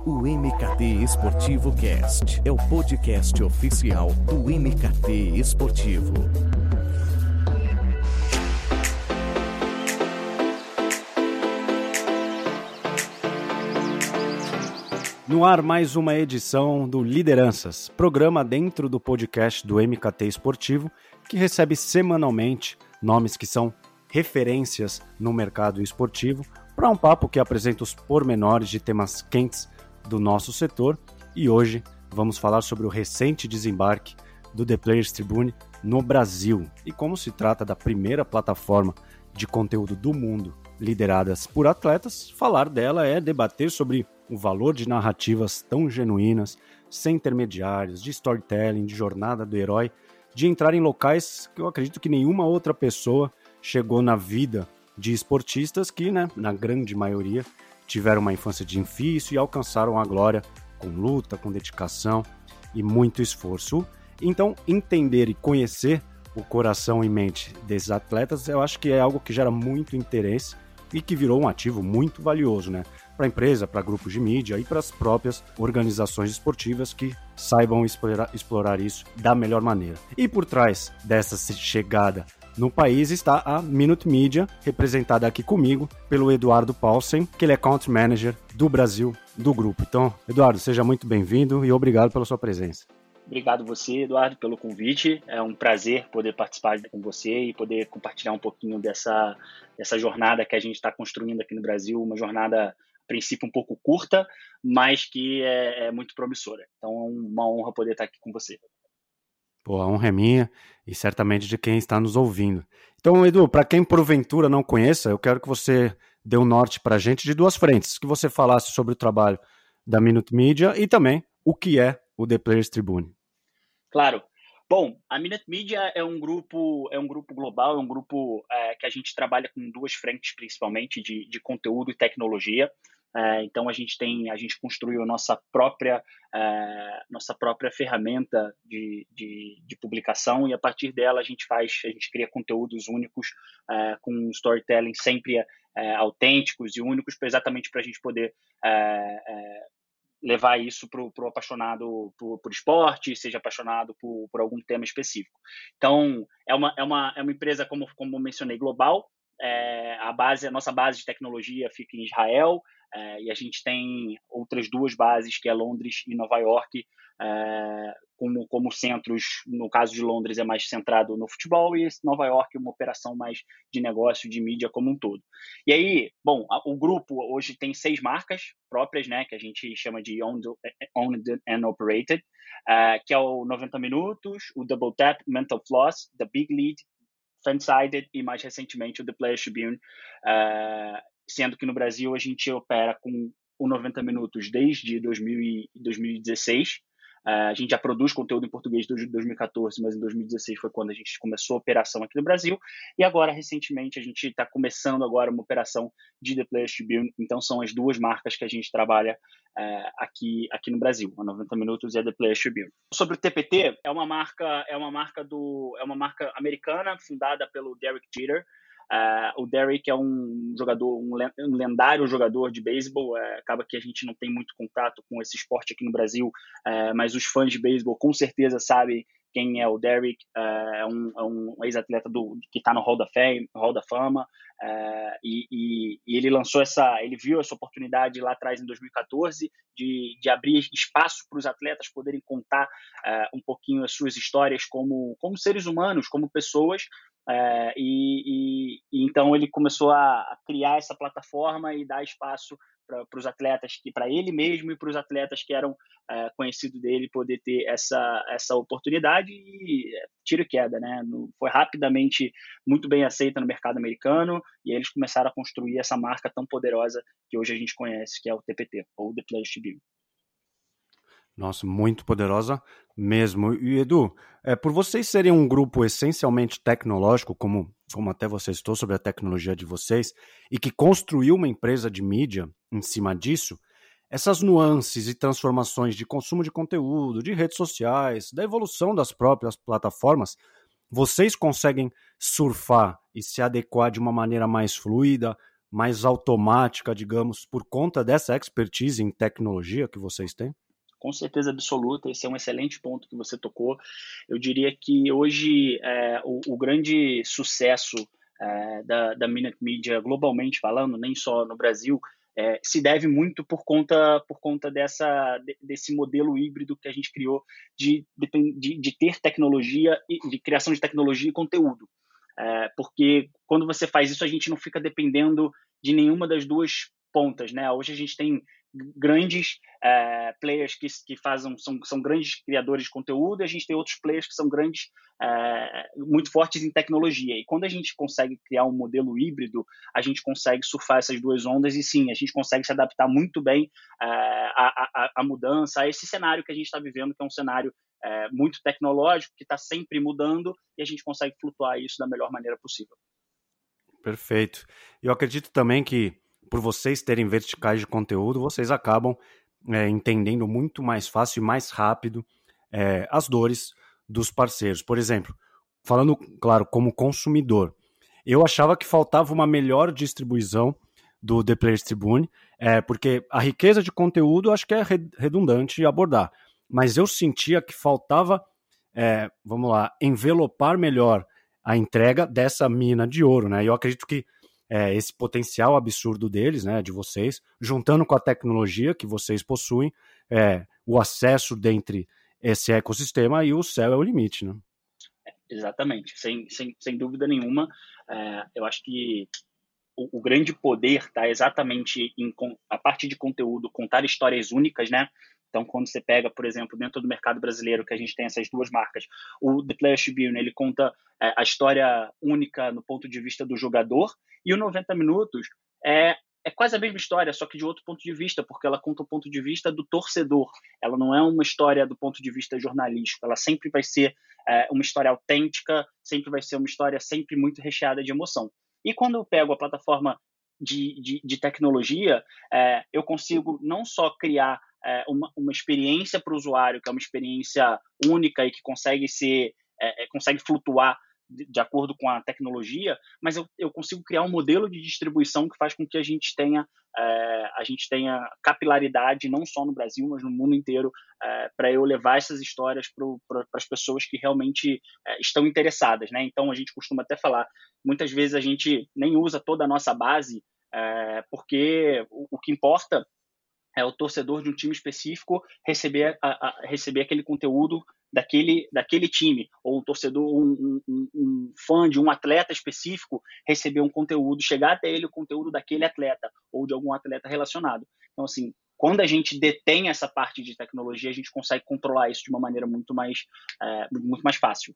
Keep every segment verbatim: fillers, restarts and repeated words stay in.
O M K T Esportivo Cast é o podcast oficial do M K T Esportivo. No ar, mais uma edição do Lideranças, programa dentro do podcast do M K T Esportivo, que recebe semanalmente nomes que são referências no mercado esportivo, para um papo que apresenta os pormenores de temas quentes do nosso setor. E hoje vamos falar sobre o recente desembarque do The Players Tribune no Brasil. E como se trata da primeira plataforma de conteúdo do mundo lideradas por atletas, falar dela é debater sobre o valor de narrativas tão genuínas, sem intermediários, de storytelling, de jornada do herói, de entrar em locais que eu acredito que nenhuma outra pessoa chegou na vida de esportistas que, né, na grande maioria, tiveram uma infância difícil e alcançaram a glória com luta, com dedicação e muito esforço. Então, entender e conhecer o coração e mente desses atletas, eu acho que é algo que gera muito interesse e que virou um ativo muito valioso, né? Para a empresa, para grupos de mídia e para as próprias organizações esportivas que saibam explorar, explorar isso da melhor maneira. E por trás dessa chegada no país está a Minute Media, representada aqui comigo pelo Eduardo Paulsen, que ele é Country Manager do Brasil do grupo. Então, Eduardo, seja muito bem-vindo e obrigado pela sua presença. Obrigado você, Eduardo, pelo convite. É um prazer poder participar com você e poder compartilhar um pouquinho dessa, dessa jornada que a gente está construindo aqui no Brasil, uma jornada, a princípio, um pouco curta, mas que é, é muito promissora. Então, é uma honra poder estar aqui com você. Pô, a honra é minha e certamente de quem está nos ouvindo. Então, Edu, para quem porventura não conheça, eu quero que você dê um norte para a gente de duas frentes, que você falasse sobre o trabalho da Minute Media e também o que é o The Players Tribune. Claro. Bom, a Minute Media é um grupo, é um grupo global, é um grupo é, que a gente trabalha com duas frentes, principalmente, de, de conteúdo e tecnologia. É, então a gente tem, a gente construiu a nossa própria, é, nossa própria ferramenta de, de, de publicação e a partir dela a gente faz, a gente cria conteúdos únicos é, com storytelling sempre é, autênticos e únicos, exatamente para a gente poder é, é, levar isso para o apaixonado por, por esporte, seja apaixonado por, por algum tema específico. Então é uma, é uma, é uma empresa, como, como mencionei, global. É, a base, a nossa base de tecnologia fica em Israel, é, e a gente tem outras duas bases, que é Londres e Nova York, é, como, como centros. No caso de Londres é mais centrado no futebol e Nova York uma operação mais de negócio, de mídia como um todo. E aí, bom, a, o grupo hoje tem seis marcas próprias, né, que a gente chama de Owned, owned and Operated, é, que é o noventa Minutos, o Double Tap, Mental Floss, The Big Lead, Fansided e, mais recentemente, o The Players Tribune, uh, sendo que no Brasil a gente opera com o noventa Minutos desde dois mil e dezesseis. Uh, a gente já produz conteúdo em português desde dois mil e quatorze, mas em dois mil e dezesseis foi quando a gente começou a operação aqui no Brasil. E agora, recentemente, a gente está começando agora uma operação de The Players Tribune. Então, são as duas marcas que a gente trabalha uh, aqui, aqui no Brasil, a noventa Minutos e a The Players Tribune. Sobre o T P T, é uma marca, é uma marca, do, é uma marca americana, fundada pelo Derek Jeter. Uh, o Derek é um jogador, um, um lendário jogador de beisebol. Uh, acaba que a gente não tem muito contato com esse esporte aqui no Brasil, uh, mas os fãs de beisebol com certeza sabem quem é o Derek. Uh, é um, é um ex-atleta do, que está no Hall da Fame, Hall da Fama, uh, e, e, e ele lançou essa, ele viu essa oportunidade lá atrás em dois mil e quatorze de, de abrir espaço para os atletas poderem contar uh, um pouquinho as suas histórias como, como seres humanos, como pessoas. É, e, e, e então ele começou a, a criar essa plataforma e dar espaço para os atletas, que para ele mesmo e para os atletas que eram é, conhecidos dele, poder ter essa, essa oportunidade e tiro e queda, né? No, foi rapidamente muito bem aceita no mercado americano e eles começaram a construir essa marca tão poderosa que hoje a gente conhece, que é o T P T, ou The Players Tribune. Nossa, muito poderosa mesmo. E Edu, é, por vocês serem um grupo essencialmente tecnológico, como, como até você citou sobre a tecnologia de vocês, e que construiu uma empresa de mídia em cima disso, essas nuances e transformações de consumo de conteúdo, de redes sociais, da evolução das próprias plataformas, vocês conseguem surfar e se adequar de uma maneira mais fluida, mais automática, digamos, por conta dessa expertise em tecnologia que vocês têm? Com certeza absoluta, esse é um excelente ponto que você tocou. Eu diria que hoje é, o, o grande sucesso é, da, da Minute Media, globalmente falando, nem só no Brasil, é, se deve muito por conta, por conta dessa, desse modelo híbrido que a gente criou de, de, de ter tecnologia, de criação de tecnologia e conteúdo. É, porque quando você faz isso, a gente não fica dependendo de nenhuma das duas pontas, né? Hoje a gente tem grandes é, players que, que fazem, são, são grandes criadores de conteúdo, e a gente tem outros players que são grandes, é, muito fortes em tecnologia. E quando a gente consegue criar um modelo híbrido, a gente consegue surfar essas duas ondas e sim, a gente consegue se adaptar muito bem é, à, à, à mudança, a esse cenário que a gente está vivendo, que é um cenário é, muito tecnológico, que está sempre mudando, e a gente consegue flutuar isso da melhor maneira possível. Perfeito. Eu acredito também que por vocês terem verticais de conteúdo, vocês acabam é, entendendo muito mais fácil e mais rápido é, as dores dos parceiros. Por exemplo, falando, claro, como consumidor, eu achava que faltava uma melhor distribuição do The Players Tribune, é, porque a riqueza de conteúdo acho que é redundante abordar, mas eu sentia que faltava, é, vamos lá, envelopar melhor a entrega dessa mina de ouro, né? E eu acredito que É, esse potencial absurdo deles, né, de vocês, juntando com a tecnologia que vocês possuem, é, o acesso dentre esse ecossistema e o céu é o limite, né? Exatamente, sem, sem, sem dúvida nenhuma. É, eu acho que o, o grande poder está exatamente em a parte de conteúdo, contar histórias únicas, né? Então, quando você pega, por exemplo, dentro do mercado brasileiro, que a gente tem essas duas marcas, o The Players Tribune, ele conta é, a história única no ponto de vista do jogador, e o noventa Minutos é, é quase a mesma história, só que de outro ponto de vista, porque ela conta o ponto de vista do torcedor. Ela não é uma história do ponto de vista jornalístico, ela sempre vai ser é, uma história autêntica, sempre vai ser uma história sempre muito recheada de emoção. E quando eu pego a plataforma de, de, de tecnologia, é, eu consigo não só criar é, uma, uma experiência para o usuário, que é uma experiência única e que consegue ser, é, consegue flutuar de, de acordo com a tecnologia, mas eu, eu consigo criar um modelo de distribuição que faz com que a gente tenha, é, a gente tenha capilaridade, não só no Brasil, mas no mundo inteiro, é, para eu levar essas histórias para as pessoas que realmente é, estão interessadas, né? Então, a gente costuma até falar, muitas vezes a gente nem usa toda a nossa base, é, porque o, o que importa é o torcedor de um time específico receber, a, a, receber aquele conteúdo daquele, daquele time, ou um torcedor, um, um, um fã de um atleta específico receber um conteúdo, chegar até ele o conteúdo daquele atleta, ou de algum atleta relacionado. Então, assim, quando a gente detém essa parte de tecnologia, a gente consegue controlar isso de uma maneira muito mais, é, muito mais fácil.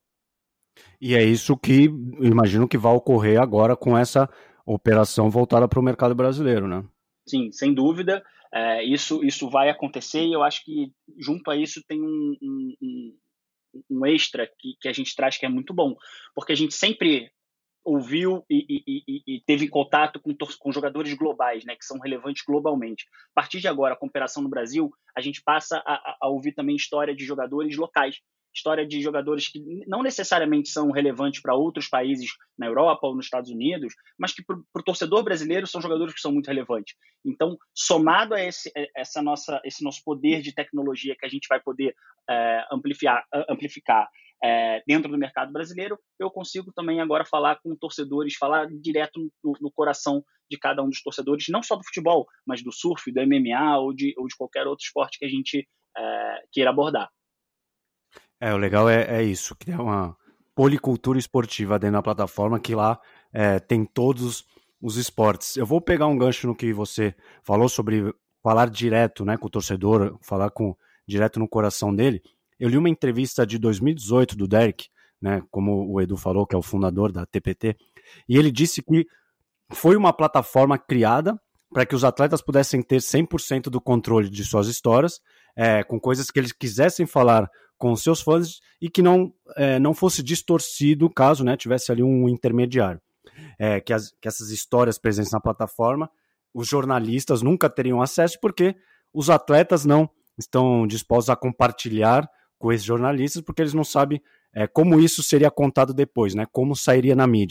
E é isso que eu imagino que vai ocorrer agora com essa operação voltada para o mercado brasileiro, né? Sim, sem dúvida. É, isso, isso vai acontecer e eu acho que junto a isso tem um, um, um extra que, que a gente traz que é muito bom, porque a gente sempre ouviu e, e, e teve contato com, com jogadores globais, né, que são relevantes globalmente. A partir de agora, com a operação no Brasil, a gente passa a, a ouvir também história de jogadores locais, história de jogadores que não necessariamente são relevantes para outros países na Europa ou nos Estados Unidos, mas que para o torcedor brasileiro são jogadores que são muito relevantes. Então, somado a esse, essa nossa, esse nosso poder de tecnologia que a gente vai poder é, amplificar, amplificar é, dentro do mercado brasileiro, eu consigo também agora falar com torcedores, falar direto no, no coração de cada um dos torcedores, não só do futebol, mas do surf, do M M A ou de, ou de qualquer outro esporte que a gente é, queira abordar. É, o legal é, é isso, criar uma policultura esportiva dentro da plataforma que lá é, tem todos os esportes. Eu vou pegar um gancho no que você falou sobre falar direto, né, com o torcedor, falar com, direto no coração dele. Eu li uma entrevista de dois mil e dezoito do Derek, né, como o Edu falou, que é o fundador da T P T, e ele disse que foi uma plataforma criada para que os atletas pudessem ter cem por cento do controle de suas histórias, é, com coisas que eles quisessem falar com os seus fãs e que não, é, não fosse distorcido caso, né, tivesse ali um intermediário. É, que, as, que essas histórias presentes na plataforma, os jornalistas nunca teriam acesso porque os atletas não estão dispostos a compartilhar com esses jornalistas porque eles não sabem é, como isso seria contado depois, né, como sairia na mídia.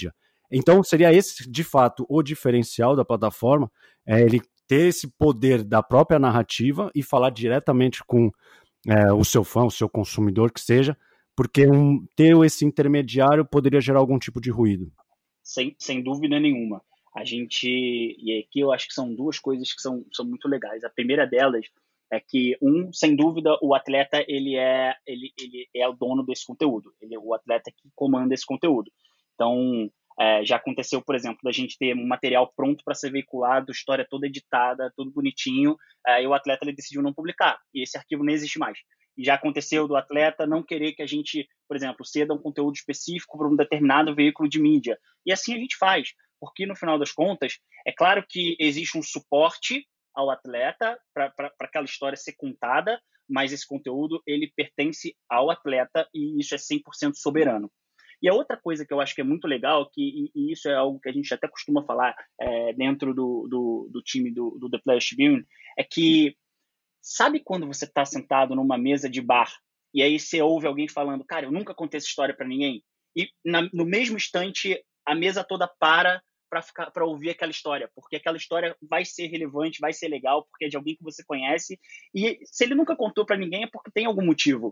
Então, seria esse, de fato, o diferencial da plataforma, é ele ter esse poder da própria narrativa e falar diretamente com é, o seu fã, o seu consumidor, que seja, porque um, ter esse intermediário poderia gerar algum tipo de ruído. Sem, sem dúvida nenhuma. A gente, e aqui eu acho que são duas coisas que são, são muito legais. A primeira delas é que, um, sem dúvida, o atleta ele é, ele, ele é o dono desse conteúdo. Ele é o atleta que comanda esse conteúdo. Então, é, já aconteceu, por exemplo, da gente ter um material pronto para ser veiculado, história toda editada, tudo bonitinho, é, e o atleta ele decidiu não publicar. E esse arquivo não existe mais. E já aconteceu do atleta não querer que a gente, por exemplo, ceda um conteúdo específico para um determinado veículo de mídia. E assim a gente faz. Porque, no final das contas, é claro que existe um suporte ao atleta para aquela história ser contada, mas esse conteúdo ele pertence ao atleta e isso é cem por cento soberano. E a outra coisa que eu acho que é muito legal, que, e, e isso é algo que a gente até costuma falar é, dentro do, do, do time do, do The Players Tribune, é que sabe quando você está sentado numa mesa de bar e aí você ouve alguém falando, cara, eu nunca contei essa história para ninguém? E na, no mesmo instante a mesa toda para para ouvir aquela história, porque aquela história vai ser relevante, vai ser legal, porque é de alguém que você conhece, e se ele nunca contou para ninguém é porque tem algum motivo.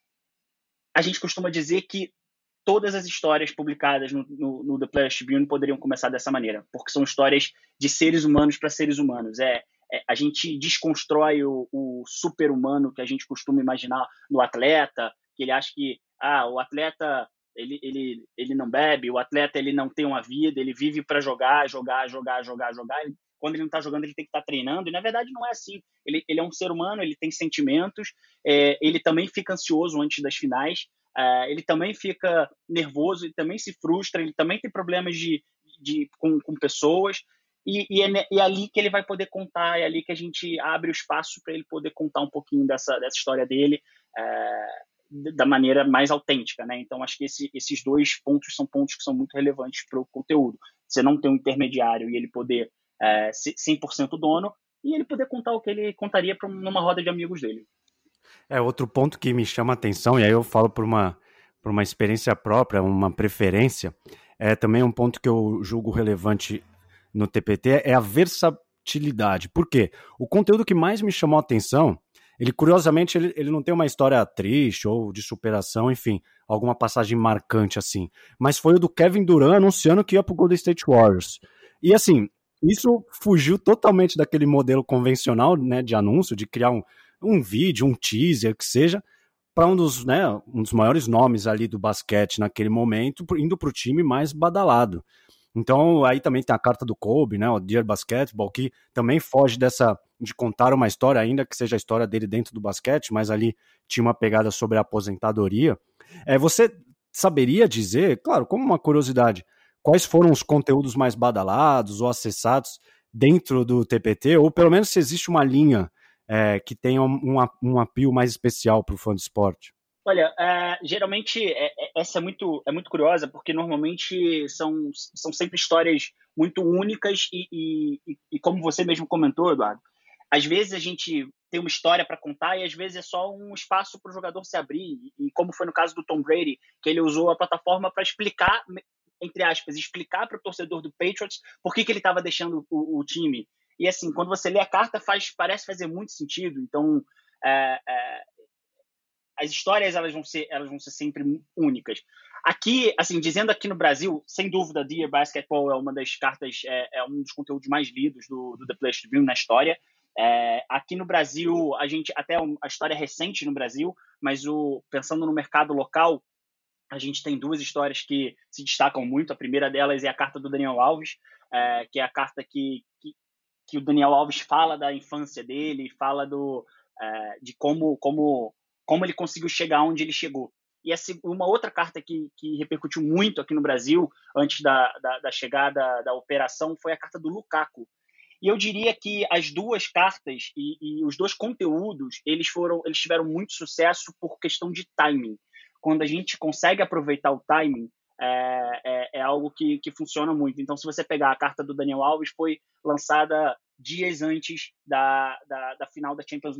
A gente costuma dizer que todas as histórias publicadas no, no, no The Players Tribune poderiam começar dessa maneira, porque são histórias de seres humanos para seres humanos. É, é, a gente desconstrói o, o super-humano que a gente costuma imaginar no atleta, que ele acha que ah, o atleta ele, ele, ele não bebe, o atleta ele não tem uma vida, ele vive para jogar, jogar, jogar, jogar, jogar. Quando ele não está jogando, ele tem que estar tá treinando, e na verdade não é assim. Ele, ele é um ser humano, ele tem sentimentos, é, ele também fica ansioso antes das finais, é, ele também fica nervoso, ele também se frustra, ele também tem problemas de, de, com, com pessoas, e, e, é, e é ali que ele vai poder contar, é ali que a gente abre o espaço para ele poder contar um pouquinho dessa, dessa história dele, é, da maneira mais autêntica, né? Então, acho que esse, esses dois pontos são pontos que são muito relevantes para o conteúdo. Você não ter um intermediário e ele poder é, ser cem por cento dono e ele poder contar o que ele contaria pra, numa roda de amigos dele. É, outro ponto que me chama a atenção, e aí eu falo por uma, por uma experiência própria, uma preferência, é também um ponto que eu julgo relevante no T P T, é a versatilidade. Por quê? O conteúdo que mais me chamou a atenção, ele curiosamente ele, ele não tem uma história triste ou de superação, enfim, alguma passagem marcante assim, mas foi o do Kevin Durant anunciando que ia pro Golden State Warriors. E assim, isso fugiu totalmente daquele modelo convencional, né, de anúncio, de criar um, um vídeo, um teaser, que seja, para um dos, né, um dos maiores nomes ali do basquete naquele momento, indo para o time mais badalado. Então, aí também tem a carta do Kobe, né, o Dear Basketball, que também foge dessa, de contar uma história, ainda que seja a história dele dentro do basquete, mas ali tinha uma pegada sobre a aposentadoria. É, você saberia dizer, claro, como uma curiosidade, quais foram os conteúdos mais badalados ou acessados dentro do T P T, ou pelo menos se existe uma linha é, que tenha um, um apelo mais especial para o fã de esporte? Olha, é, geralmente é, é, essa é muito, é muito curiosa, porque normalmente são, são sempre histórias muito únicas e, e, e, como você mesmo comentou, Eduardo, às vezes a gente tem uma história para contar e às vezes é só um espaço para o jogador se abrir, e como foi no caso do Tom Brady, que ele usou a plataforma para explicar, entre aspas, explicar para o torcedor do Patriots por que, que ele estava deixando o, o time. E assim, quando você lê a carta, faz, parece fazer muito sentido. Então, é, é, as histórias elas vão ser, elas vão ser sempre únicas. Aqui, assim, dizendo aqui no Brasil, sem dúvida, Dear Basketball é uma das cartas, é, é um dos conteúdos mais lidos do, do The Players Tribune na história. É, aqui no Brasil, a gente, até a história é recente no Brasil, mas o, pensando no mercado local, a gente tem duas histórias que se destacam muito. A primeira delas é a carta do Daniel Alves, é, que é a carta que, que, que o Daniel Alves fala da infância dele, fala do, é, de como, como, como ele conseguiu chegar onde ele chegou. E essa, uma outra carta que, que repercutiu muito aqui no Brasil, antes da, da, da chegada da operação, foi a carta do Lukaku. E eu diria que as duas cartas e, e os dois conteúdos, eles, foram, eles tiveram muito sucesso por questão de timing. Quando a gente consegue aproveitar o timing, é, é, é algo que, que funciona muito. Então, se você pegar a carta do Daniel Alves, foi lançada dias antes da, da, da final da Champions League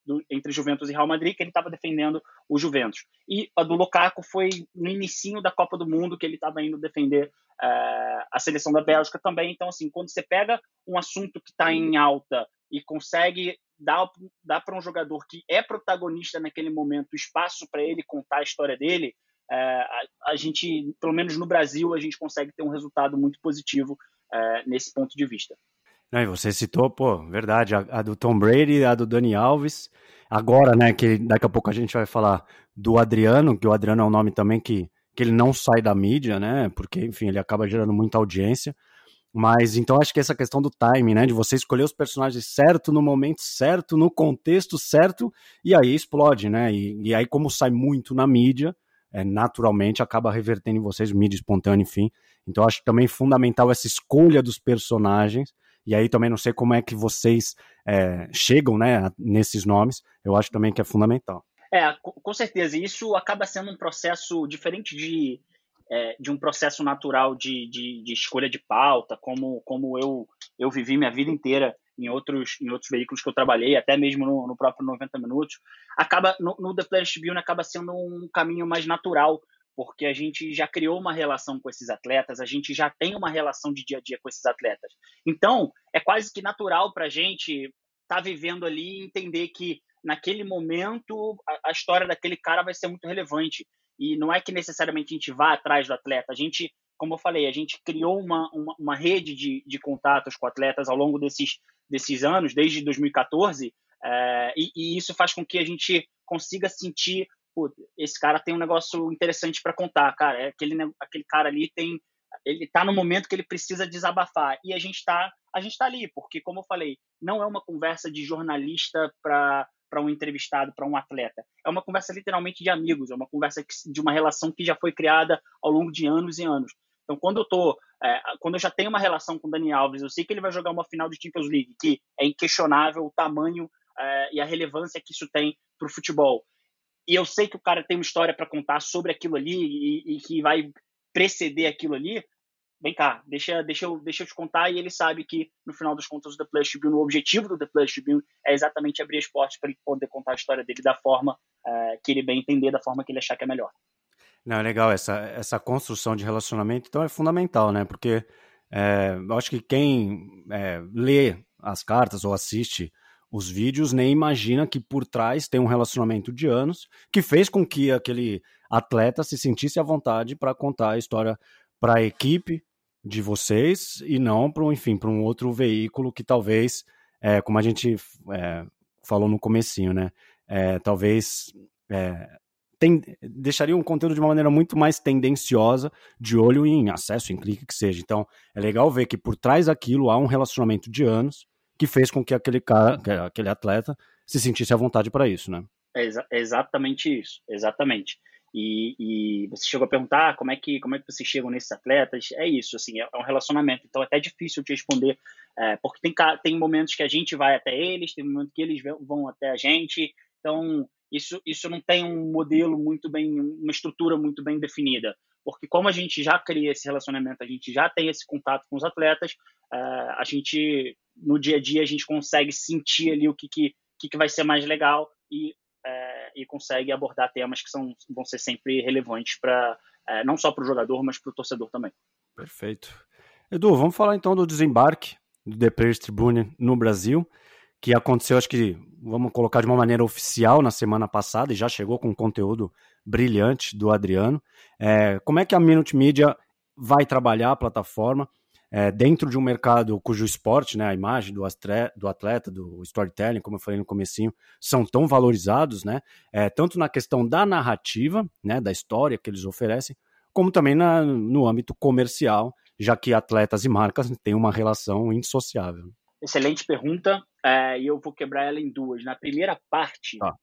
do, entre Juventus e Real Madrid, que ele estava defendendo o Juventus. E a do Lukaku foi no inicinho da Copa do Mundo, que ele estava indo defender uh, a seleção da Bélgica também. Então, assim, quando você pega um assunto que está em alta e consegue dar, dar para um jogador que é protagonista naquele momento espaço para ele contar a história dele, uh, a, a gente, pelo menos no Brasil, a gente consegue ter um resultado muito positivo uh, nesse ponto de vista. Não, e você citou, pô, verdade, a, a do Tom Brady, a do Dani Alves. Agora, né, que daqui a pouco a gente vai falar do Adriano, que o Adriano é um nome também que, que ele não sai da mídia, né, porque, enfim, ele acaba gerando muita audiência. Mas, então, acho que essa questão do timing, né, de você escolher os personagens certo, no momento certo, no contexto certo, e aí explode, né, e, e aí como sai muito na mídia, é, naturalmente acaba revertendo em vocês, mídia espontânea, enfim. Então, acho também fundamental essa escolha dos personagens. E aí também não sei como é que vocês é, chegam, né, nesses nomes, eu acho também que é fundamental. É, com certeza, isso acaba sendo um processo diferente de, é, de um processo natural de, de, de escolha de pauta, como, como eu, eu vivi minha vida inteira em outros, em outros veículos que eu trabalhei, até mesmo no, no próprio noventa Minutos. Acaba, no, no The Players Tribune acaba sendo um caminho mais natural, porque a gente já criou uma relação com esses atletas, a gente já tem uma relação de dia a dia com esses atletas. Então, é quase que natural para a gente estar tá vivendo ali e entender que, naquele momento, a, a história daquele cara vai ser muito relevante. E não é que necessariamente a gente vá atrás do atleta. A gente, como eu falei, a gente criou uma, uma, uma rede de, de contatos com atletas ao longo desses, desses anos, desde dois mil e quatorze, é, e, e isso faz com que a gente consiga sentir pô, esse cara tem um negócio interessante para contar, cara, é aquele, aquele cara ali tem, ele tá no momento que ele precisa desabafar, e a gente tá, a gente tá ali, porque, como eu falei, não é uma conversa de jornalista para para um entrevistado, para um atleta, é uma conversa literalmente de amigos, é uma conversa de uma relação que já foi criada ao longo de anos e anos. Então, quando eu tô, é, quando eu já tenho uma relação com o Dani Alves, eu sei que ele vai jogar uma final de Champions League, que é inquestionável o tamanho é, e a relevância que isso tem para o futebol. E eu sei que o cara tem uma história para contar sobre aquilo ali e, e que vai preceder aquilo ali, vem cá, deixa, deixa, eu, deixa eu te contar. E ele sabe que, no final dos contos, o The Players Tribune, o objetivo do The Players Tribune é exatamente abrir as portas para ele poder contar a história dele da forma uh, que ele bem entender, da forma que ele achar que é melhor. Não, é legal, essa, essa construção de relacionamento, então é fundamental, né, porque é, eu acho que quem é, lê as cartas ou assiste os vídeos nem imagina que por trás tem um relacionamento de anos que fez com que aquele atleta se sentisse à vontade para contar a história para a equipe de vocês e não para, enfim, para um outro veículo que talvez, é, como a gente é, falou no comecinho, né, é, talvez é, tem, deixaria um conteúdo de uma maneira muito mais tendenciosa, de olho em acesso, em clique, que seja. Então, é legal ver que por trás daquilo há um relacionamento de anos que fez com que aquele cara, aquele atleta se sentisse à vontade para isso, né? É exa- exatamente isso, exatamente. E, e você chegou a perguntar como é que como é que vocês chegam nesses atletas? É isso, assim, é um relacionamento. Então é até difícil te responder, é, porque tem, tem momentos que a gente vai até eles, tem momentos que eles vão até a gente. Então isso, isso não tem um modelo muito bem, uma estrutura muito bem definida. Porque como a gente já cria esse relacionamento, a gente já tem esse contato com os atletas, uh, a gente, no dia a dia, a gente consegue sentir ali o que, que, que vai ser mais legal e, uh, e consegue abordar temas que são, vão ser sempre relevantes para uh, não só para o jogador, mas para o torcedor também. Perfeito. Edu, vamos falar então do desembarque do The Players Tribune no Brasil, que aconteceu, acho que, vamos colocar de uma maneira oficial na semana passada, e já chegou com um conteúdo brilhante do Adriano. É, como é que a Minute Media vai trabalhar a plataforma é, dentro de um mercado cujo esporte, né, a imagem do atleta, do atleta, do storytelling, como eu falei no comecinho, são tão valorizados, né, é, tanto na questão da narrativa, né, da história que eles oferecem, como também na, no âmbito comercial, já que atletas e marcas têm uma relação indissociável. Excelente pergunta, é, e eu vou quebrar ela em duas. Na primeira parte, ah.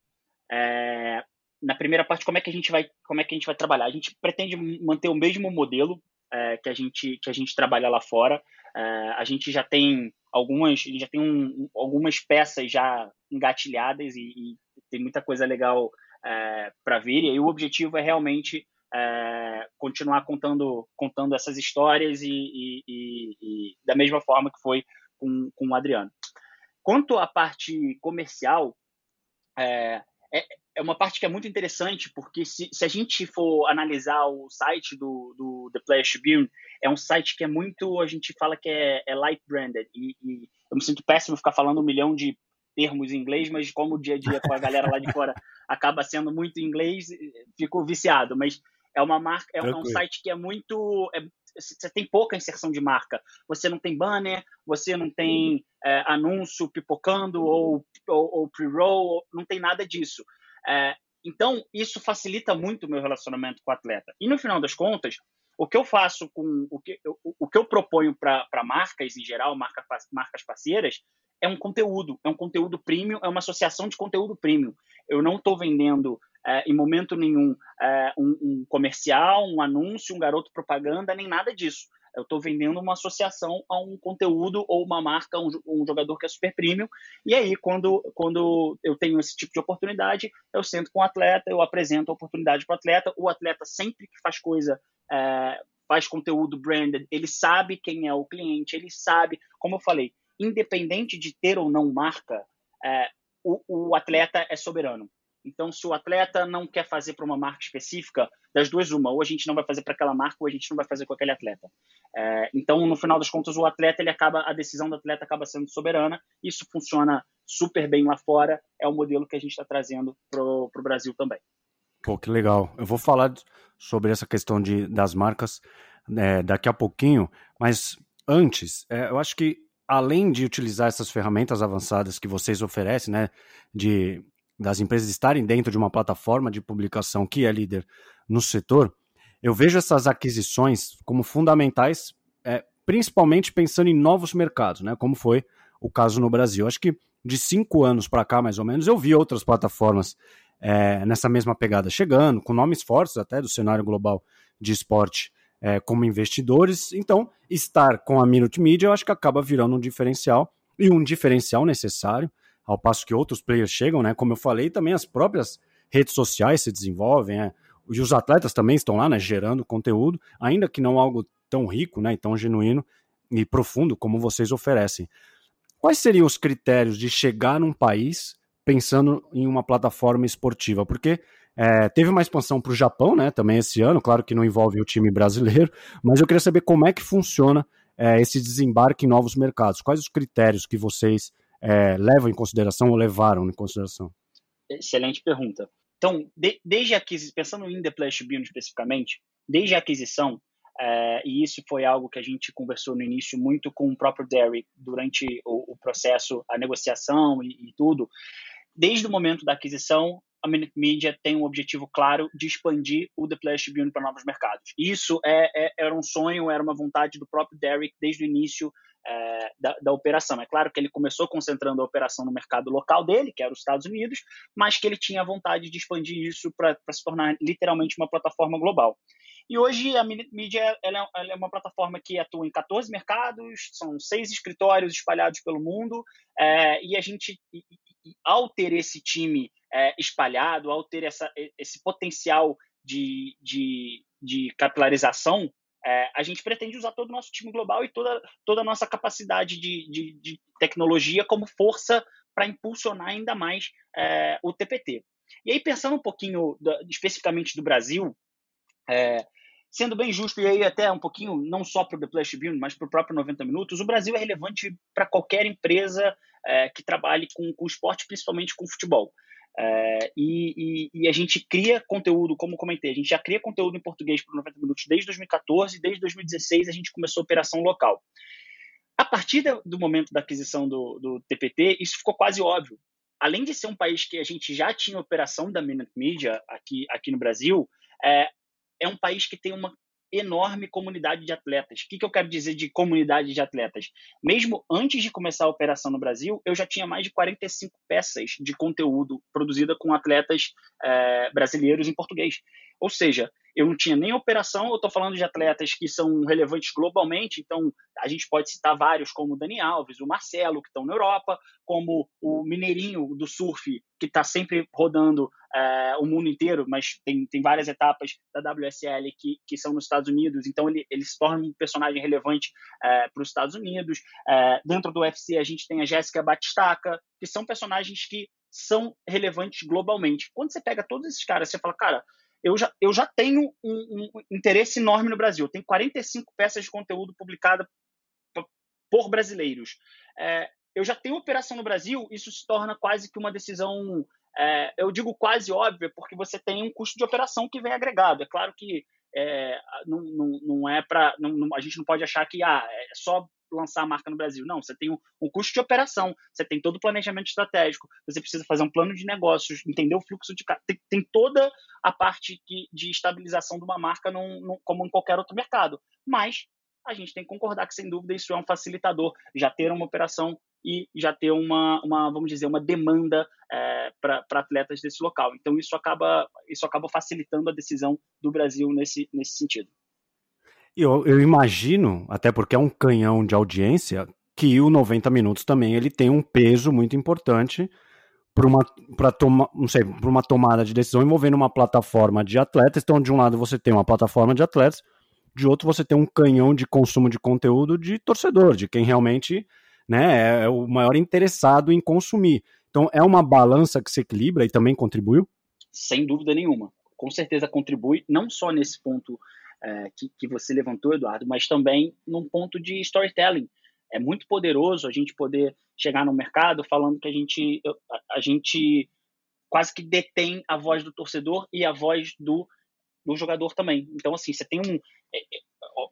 é, na primeira parte, como é que a gente vai, como é que a gente vai trabalhar? A gente pretende manter o mesmo modelo é, que a gente que a gente trabalha lá fora. É, a gente já tem algumas, já tem um, algumas peças já engatilhadas e, e tem muita coisa legal é, para vir. E aí o objetivo é realmente é, continuar contando, contando essas histórias e, e, e, e da mesma forma que foi com, com o Adriano. Quanto à parte comercial, é, é, é uma parte que é muito interessante, porque se, se a gente for analisar o site do, do The Players Tribune, é um site que é muito, a gente fala que é, é light branded, e, e eu me sinto péssimo ficar falando um milhão de termos em inglês, mas como o dia a dia com a galera lá de fora acaba sendo muito inglês, fico viciado, mas é uma marca, é, é um site que é muito, é, você tem pouca inserção de marca, você não tem banner, você não tem é, anúncio pipocando ou, ou, ou pre-roll, não tem nada disso. É, então, isso facilita muito o meu relacionamento com o atleta. E no final das contas, o que eu faço com o que, o, o que eu proponho para marcas em geral, marca, marcas parceiras, é um conteúdo, é um conteúdo premium, é uma associação de conteúdo premium. Eu não estou vendendo é, em momento nenhum é, um, um comercial, um anúncio, um garoto propaganda, nem nada disso. Eu estou vendendo uma associação a um conteúdo ou uma marca, um, um jogador que é super premium. E aí, quando, quando eu tenho esse tipo de oportunidade, eu sento com o atleta, eu apresento a oportunidade para o atleta. O atleta, sempre que faz coisa, é, faz conteúdo branded, ele sabe quem é o cliente, ele sabe, como eu falei, independente de ter ou não marca, é, o, o atleta é soberano. Então, se o atleta não quer fazer para uma marca específica, das duas uma, ou a gente não vai fazer para aquela marca, ou a gente não vai fazer com aquele atleta. É, então, no final das contas, o atleta, ele acaba, a decisão do atleta acaba sendo soberana. Isso funciona super bem lá fora. É o modelo que a gente está trazendo para o Brasil também. Pô, que legal. Eu vou falar sobre essa questão de, das marcas é, daqui a pouquinho, mas antes, é, eu acho que além de utilizar essas ferramentas avançadas que vocês oferecem, né, de, das empresas estarem dentro de uma plataforma de publicação que é líder no setor, eu vejo essas aquisições como fundamentais, é, principalmente pensando em novos mercados, né, como foi o caso no Brasil. Acho que de cinco anos para cá, mais ou menos, eu vi outras plataformas é, nessa mesma pegada chegando, com nomes fortes até do cenário global de esporte, É, como investidores. Então, estar com a Minute Media, eu acho que acaba virando um diferencial, e um diferencial necessário, ao passo que outros players chegam, né? Como eu falei, também as próprias redes sociais se desenvolvem, é, e os atletas também estão lá, né, gerando conteúdo, ainda que não algo tão rico, né, e tão genuíno e profundo como vocês oferecem. Quais seriam os critérios de chegar num país pensando em uma plataforma esportiva? Porque É, teve uma expansão para o Japão, né, também esse ano, claro que não envolve o time brasileiro, mas eu queria saber como é que funciona é, esse desembarque em novos mercados. Quais os critérios que vocês é, levam em consideração ou levaram em consideração? Excelente pergunta. Então, de, desde a aquisição, pensando em The Players Tribune especificamente, desde a aquisição, é, e isso foi algo que a gente conversou no início muito com o próprio Derek durante o, o processo, a negociação e, e tudo, desde o momento da aquisição, a Minute Media tem um objetivo claro de expandir o The Players Tribune para novos mercados. Isso é, é, era um sonho, era uma vontade do próprio Derek desde o início é, da, da operação. É claro que ele começou concentrando a operação no mercado local dele, que era os Estados Unidos, mas que ele tinha a vontade de expandir isso para se tornar literalmente uma plataforma global. E hoje a Minute Media ela é, ela é uma plataforma que atua em catorze mercados, são seis escritórios espalhados pelo mundo, é, e a gente, e, e, ao ter esse time é, espalhado, ao ter essa, esse potencial de, de, de capilarização, é, a gente pretende usar todo o nosso time global e toda, toda a nossa capacidade de, de, de tecnologia como força para impulsionar ainda mais é, o T P T. E aí, pensando um pouquinho da, especificamente do Brasil, é, sendo bem justo, e aí até um pouquinho, não só para o The Players Tribune, mas para o próprio noventa Minutos, o Brasil é relevante para qualquer empresa é, que trabalhe com, com esporte, principalmente com futebol. É, e, e, e a gente cria conteúdo, como comentei, a gente já cria conteúdo em português para o noventa Minutos desde dois mil e quatorze, desde dois mil e dezesseis a gente começou a operação local. A partir do momento da aquisição do, do T P T, isso ficou quase óbvio. Além de ser um país que a gente já tinha operação da Minute Media aqui, aqui no Brasil, é, é um país que tem uma enorme comunidade de atletas. O que, que eu quero dizer de comunidade de atletas? Mesmo antes de começar a operação no Brasil, eu já tinha mais de quarenta e cinco peças de conteúdo produzida com atletas é, brasileiros em português. Ou seja, eu não tinha nem operação, eu estou falando de atletas que são relevantes globalmente, então a gente pode citar vários, como o Dani Alves, o Marcelo, que estão na Europa, como o Mineirinho do surf, que está sempre rodando é, o mundo inteiro, mas tem, tem várias etapas da W S L que, que são nos Estados Unidos, então ele, ele se torna um personagem relevante é, para os Estados Unidos. É, dentro do U F C a gente tem a Jéssica Batistaca, que são personagens que são relevantes globalmente. Quando você pega todos esses caras, você fala, cara, eu já, eu já tenho um, um interesse enorme no Brasil. Eu tenho quarenta e cinco peças de conteúdo publicadas por brasileiros. É, eu já tenho operação no Brasil, isso se torna quase que uma decisão, é, eu digo quase óbvia, porque você tem um custo de operação que vem agregado. É claro que é, não, não, não é para... A gente não pode achar que ah, é só lançar a marca no Brasil. Não, você tem um, um custo de operação, você tem todo o planejamento estratégico, você precisa fazer um plano de negócios, entender o fluxo de... Tem, tem toda a parte que, de estabilização de uma marca num, num, como em qualquer outro mercado. Mas a gente tem que concordar que, sem dúvida, isso é um facilitador, já ter uma operação e já ter uma, uma vamos dizer, uma demanda é, para atletas desse local. Então, isso acaba, isso acaba facilitando a decisão do Brasil nesse, nesse sentido. Eu, eu imagino, até porque é um canhão de audiência, que o noventa minutos também ele tem um peso muito importante para uma, para toma, não sei, para uma tomada de decisão envolvendo uma plataforma de atletas. Então, de um lado você tem uma plataforma de atletas, de outro você tem um canhão de consumo de conteúdo de torcedor, de quem realmente, né, é o maior interessado em consumir. Então, é uma balança que se equilibra e também contribuiu? Sem dúvida nenhuma. Com certeza contribui, não só nesse ponto É, que, que você levantou, Eduardo, mas também num ponto de storytelling. É muito poderoso a gente poder chegar no mercado falando que a gente, a, a gente quase que detém a voz do torcedor e a voz do, do jogador também. Então, assim, você tem um... É, é,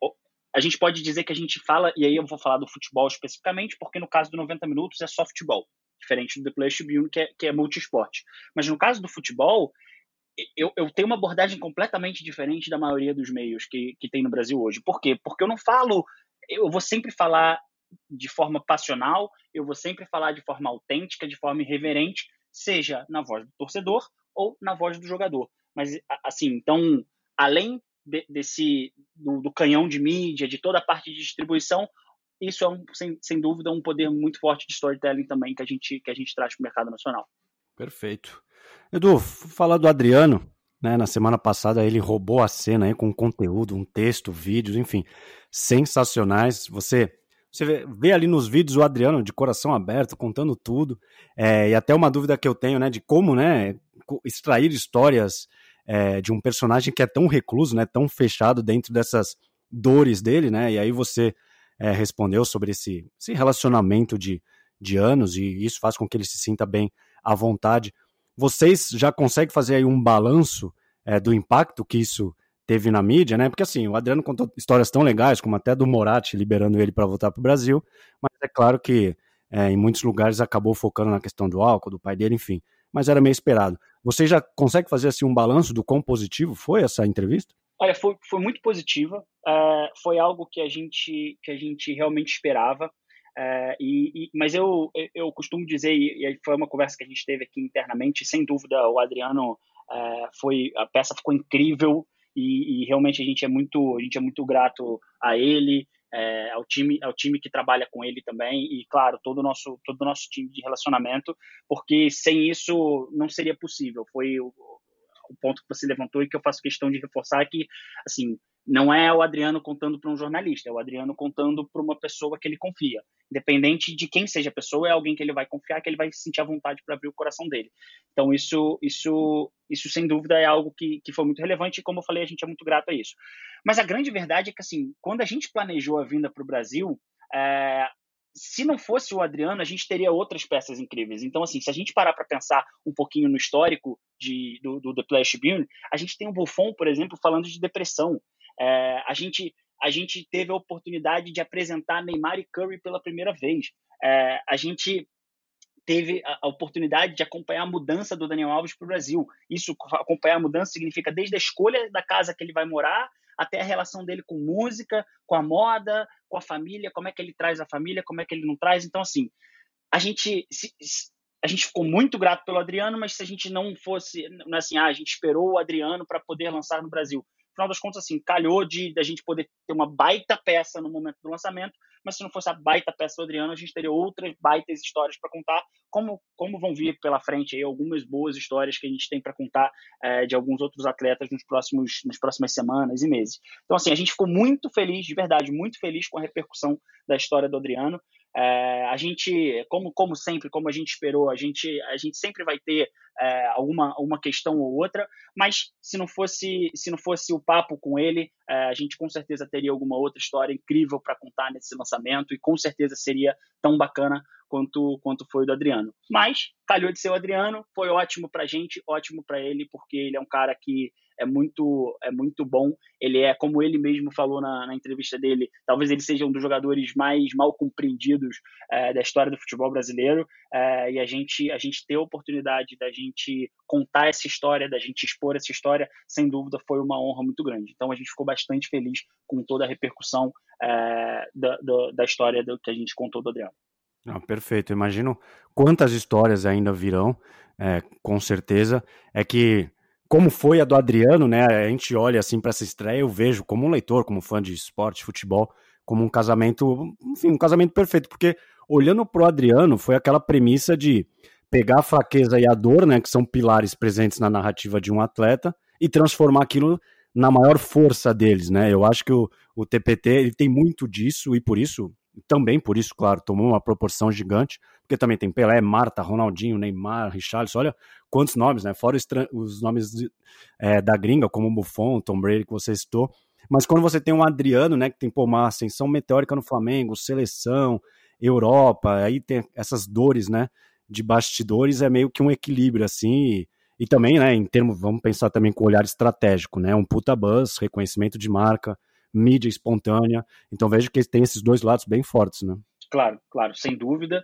a gente pode dizer que a gente fala, e aí eu vou falar do futebol especificamente, porque no caso do noventa minutos é só futebol, diferente do The Players Tribune, que é, que é multiesporte. Mas no caso do futebol, Eu, eu tenho uma abordagem completamente diferente da maioria dos meios que, que tem no Brasil hoje. Por quê? Porque eu não falo... Eu vou sempre falar de forma passional, eu vou sempre falar de forma autêntica, de forma irreverente, seja na voz do torcedor ou na voz do jogador. Mas, assim, então, além de, desse do, do canhão de mídia, de toda a parte de distribuição, isso é, um, sem, sem dúvida, um poder muito forte de storytelling também que a gente, que a gente traz para o mercado nacional. Perfeito. Edu, falar do Adriano, né, na semana passada ele roubou a cena aí com conteúdo, um texto, vídeos, enfim, sensacionais. Você, você vê, vê ali nos vídeos o Adriano de coração aberto, contando tudo, é, e até uma dúvida que eu tenho, né, de como, né, extrair histórias é, de um personagem que é tão recluso, né, tão fechado dentro dessas dores dele, né, e aí você é, respondeu sobre esse, esse relacionamento de, de anos, e isso faz com que ele se sinta bem à vontade. Vocês já conseguem fazer aí um balanço é, do impacto que isso teve na mídia, né? Porque assim, o Adriano contou histórias tão legais, como até do Moratti liberando ele para voltar para o Brasil, mas é claro que é, em muitos lugares acabou focando na questão do álcool, do pai dele, enfim. Mas era meio esperado. Você já consegue fazer assim um balanço do quão positivo foi essa entrevista? Olha, foi, foi muito positiva. Uh, foi algo que a gente, que a gente realmente esperava. Uh, e, e, mas eu, eu costumo dizer, e foi uma conversa que a gente teve aqui internamente, sem dúvida o Adriano uh, foi, a peça ficou incrível e, e realmente a gente é muito, a gente é muito grato a ele, uh, ao, time, ao time que trabalha com ele também e, claro, todo o nosso, todo o nosso time de relacionamento, porque sem isso não seria possível. Foi o, o ponto que você levantou e que eu faço questão de reforçar que, assim, não é o Adriano contando para um jornalista, é o Adriano contando para uma pessoa que ele confia. Independente de quem seja a pessoa, é alguém que ele vai confiar, que ele vai sentir a vontade para abrir o coração dele. Então, isso, isso, isso sem dúvida, é algo que, que foi muito relevante e, como eu falei, a gente é muito grato a isso. Mas a grande verdade é que, assim, quando a gente planejou a vinda para o Brasil, é, se não fosse o Adriano, a gente teria outras peças incríveis. Então, assim, se a gente parar para pensar um pouquinho no histórico de, do, do The Players Tribune, a gente tem o Buffon, por exemplo, falando de depressão. É, a, gente, a gente teve a oportunidade de apresentar Neymar e Curry pela primeira vez. É, a gente teve a, a oportunidade de acompanhar a mudança do Daniel Alves para o Brasil. Isso, acompanhar a mudança, significa desde a escolha da casa que ele vai morar até a relação dele com música, com a moda, com a família, como é que ele traz a família, como é que ele não traz. Então, assim, a gente... Se, se, a gente ficou muito grato pelo Adriano, mas se a gente não fosse... Não é assim, ah, a gente esperou o Adriano para poder lançar no Brasil. final das contas, assim, calhou de a gente poder ter uma baita peça no momento do lançamento, mas se não fosse a baita peça do Adriano, a gente teria outras baitas histórias para contar, como, como vão vir pela frente aí algumas boas histórias que a gente tem para contar é, de alguns outros atletas nos próximos, nas próximas semanas e meses. Então, assim, a gente ficou muito feliz, de verdade, muito feliz com a repercussão da história do Adriano. É, a gente, como, como sempre, como a gente esperou, a gente, a gente sempre vai ter é, alguma uma questão ou outra, mas se não fosse, se não fosse o papo com ele, é, a gente com certeza teria alguma outra história incrível para contar nesse lançamento e com certeza seria tão bacana quanto, quanto foi o do Adriano. Mas calhou de ser o Adriano, foi ótimo para a gente, ótimo para ele, porque ele é um cara que é muito, é muito bom. Ele é, como ele mesmo falou na, na entrevista dele, talvez ele seja um dos jogadores mais mal compreendidos é, da história do futebol brasileiro, é, e a gente, a gente ter a oportunidade da gente contar essa história, da gente expor essa história, sem dúvida foi uma honra muito grande. Então a gente ficou bastante feliz com toda a repercussão é, da, da, da história do, que a gente contou do Adriano. Ah, perfeito, imagino quantas histórias ainda virão, é, com certeza. É que, como foi a do Adriano, né? A gente olha assim para essa estreia, eu vejo como um leitor, como fã de esporte, futebol, como um casamento, enfim, um casamento perfeito, porque olhando pro Adriano, foi aquela premissa de pegar a fraqueza e a dor, né, que são pilares presentes na narrativa de um atleta, e transformar aquilo na maior força deles, né? Eu acho que o, o T P T ele tem muito disso, e por isso, também por isso, claro, tomou uma proporção gigante, porque também tem Pelé, Marta, Ronaldinho, Neymar, Richarlison, olha quantos nomes, né? Fora os nomes de, é, da gringa, como o Buffon, Tom Brady, que você citou. Mas quando você tem um Adriano, né, que tem pô, uma ascensão meteórica no Flamengo, seleção, Europa, aí tem essas dores, né, de bastidores, é meio que um equilíbrio, assim, e, e também, né, em termos, vamos pensar também com olhar estratégico, né, um puta buzz, reconhecimento de marca, mídia espontânea, então vejo que tem esses dois lados bem fortes, né. Claro, claro, sem dúvida,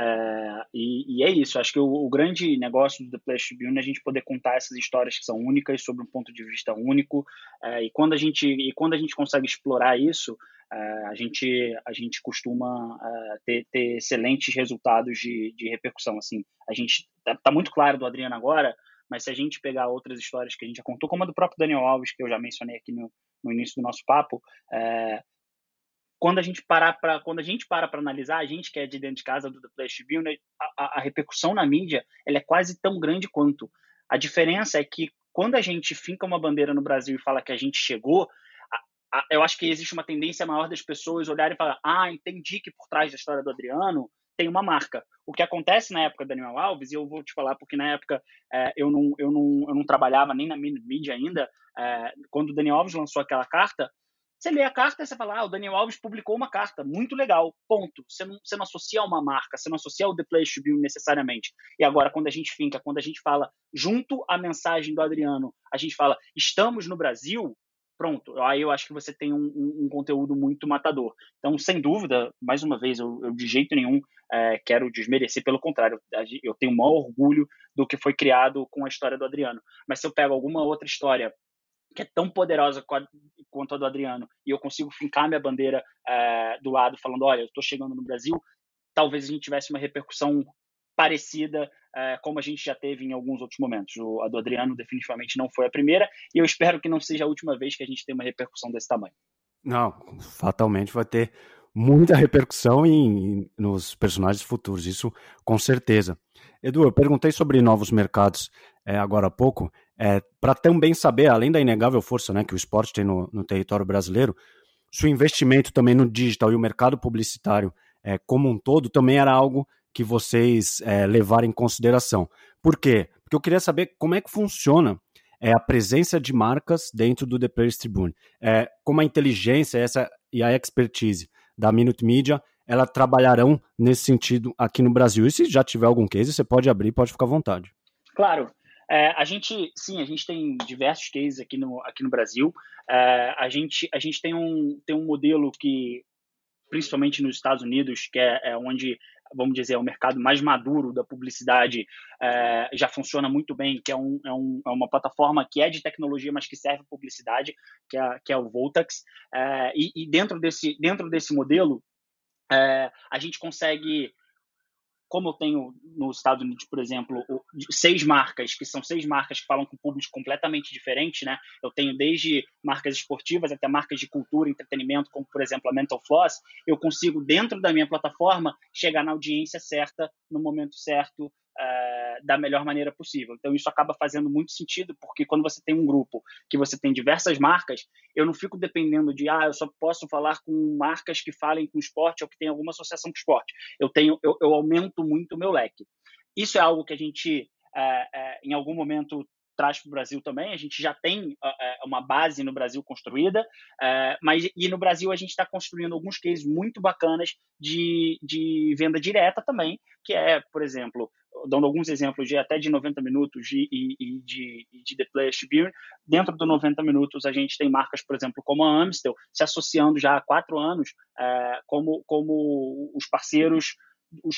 é, e, e é isso, acho que o, o grande negócio do The Players Tribune é a gente poder contar essas histórias que são únicas, sobre um ponto de vista único, é, e, quando a gente, e quando a gente consegue explorar isso, é, a, gente, a gente costuma é, ter, ter excelentes resultados de, de repercussão, assim, a gente, tá, tá muito claro do Adriano agora, mas se a gente pegar outras histórias que a gente já contou, como a do próprio Daniel Alves, que eu já mencionei aqui no, no início do nosso papo, é, quando a gente parar para quando a gente para para analisar, a gente que é de dentro de casa do The Players Tribune, a, a, a repercussão na mídia ela é quase tão grande quanto. A diferença é que quando a gente finca uma bandeira no Brasil e fala que a gente chegou, a, a, eu acho que existe uma tendência maior das pessoas olharem e falar: ah, entendi que por trás da história do Adriano tem uma marca. O que acontece na época do Daniel Alves, e eu vou te falar porque na época é, eu, não, eu, não, eu não trabalhava nem na mídia ainda, é, quando o Daniel Alves lançou aquela carta, você lê a carta e você fala, ah, o Daniel Alves publicou uma carta, muito legal, ponto. Você não, você não associa a uma marca, você não associa ao The Players Tribune necessariamente. E agora, quando a gente finca, quando a gente fala, junto à mensagem do Adriano, a gente fala, estamos no Brasil, pronto, aí eu acho que você tem um, um, um conteúdo muito matador. Então, sem dúvida, mais uma vez, eu, eu de jeito nenhum é, quero desmerecer, pelo contrário, eu tenho o maior orgulho do que foi criado com a história do Adriano. Mas se eu pego alguma outra história que é tão poderosa quanto a do Adriano, e eu consigo fincar minha bandeira é, do lado, falando, olha, eu estou chegando no Brasil, talvez a gente tivesse uma repercussão parecida, é, como a gente já teve em alguns outros momentos. O, a do Adriano definitivamente não foi a primeira, e eu espero que não seja a última vez que a gente tem uma repercussão desse tamanho. Não, fatalmente vai ter muita repercussão em, nos personagens futuros, isso com certeza. Edu, eu perguntei sobre novos mercados é, agora há pouco, é, para também saber, além da inegável força, né, que o esporte tem no, no território brasileiro, se o investimento também no digital e o mercado publicitário é, como um todo também era algo que vocês é, levaram em consideração. Por quê? Porque eu queria saber como é que funciona é, a presença de marcas dentro do The Players Tribune. É, como a inteligência essa, e a expertise da Minute Media, ela trabalharão nesse sentido aqui no Brasil. E se já tiver algum case, você pode abrir, pode ficar à vontade. Claro. É, a gente, sim, a gente tem diversos cases aqui no, aqui no Brasil. É, a gente, a gente tem, um, tem um modelo que, principalmente nos Estados Unidos, que é, é onde, vamos dizer, é o mercado mais maduro da publicidade, é, já funciona muito bem, que é, um, é, um, é uma plataforma que é de tecnologia, mas que serve publicidade, que é, que é o Voltax. É, e e dentro, desse, dentro desse modelo, é, a gente consegue como eu tenho nos Estados Unidos, por exemplo, seis marcas, que são seis marcas que falam com públicos completamente diferentes, né? Eu tenho desde marcas esportivas até marcas de cultura e entretenimento, como, por exemplo, a Mental Floss. Eu consigo, dentro da minha plataforma, chegar na audiência certa, no momento certo, uh, da melhor maneira possível. Então, isso acaba fazendo muito sentido, porque quando você tem um grupo que você tem diversas marcas, eu não fico dependendo de, ah, eu só posso falar com marcas que falem com esporte ou que tenham alguma associação com esporte. Eu, tenho, eu, eu aumento muito o meu leque. Isso é algo que a gente, é, é, em algum momento, traz para o Brasil também. A gente já tem é, uma base no Brasil construída, é, mas e no Brasil a gente está construindo alguns cases muito bacanas de, de venda direta também, que é, por exemplo, dando alguns exemplos de até de noventa minutos e, e, e de, de The Players Tribune. Dentro do noventa minutos, a gente tem marcas, por exemplo, como a Amstel, se associando já há quatro anos é, como, como os parceiros, os,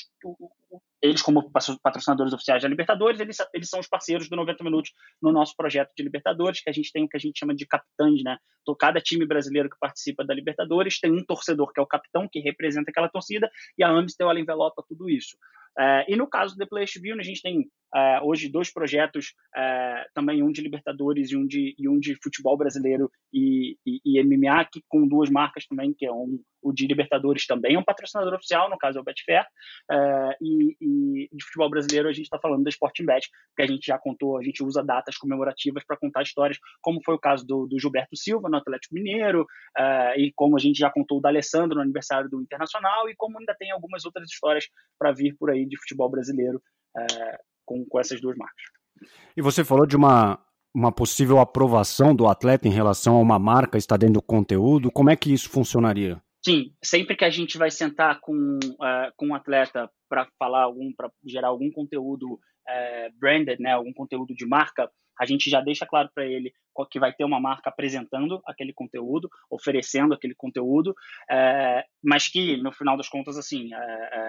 eles como patrocinadores oficiais da Libertadores, eles, eles são os parceiros do noventa minutos no nosso projeto de Libertadores, que a gente tem o que a gente chama de capitães, né? Então, cada time brasileiro que participa da Libertadores tem um torcedor que é o capitão, que representa aquela torcida, e a Amstel, ela envelopa tudo isso. Uh, e no caso do The Players Tribune, a gente tem uh, hoje dois projetos, uh, também um de Libertadores e um de, e um de futebol brasileiro e, e, e M M A, que, com duas marcas também, que é um, o de Libertadores também é um patrocinador oficial, no caso é o Betfair, uh, e, e de futebol brasileiro a gente está falando da Sporting Bet, que a gente já contou, a gente usa datas comemorativas para contar histórias, como foi o caso do, do Gilberto Silva no Atlético Mineiro, uh, e como a gente já contou o da Alessandro no aniversário do Internacional, e como ainda tem algumas outras histórias para vir por aí de futebol brasileiro é, com, com essas duas marcas. E você falou de uma, uma possível aprovação do atleta em relação a uma marca estar dentro do conteúdo. Como é que isso funcionaria? Sim, sempre que a gente vai sentar com, uh, com um atleta para falar algum, para gerar algum conteúdo uh, branded, né, algum conteúdo de marca, a gente já deixa claro para ele que vai ter uma marca apresentando aquele conteúdo, oferecendo aquele conteúdo, uh, mas que, no final das contas, assim, uh,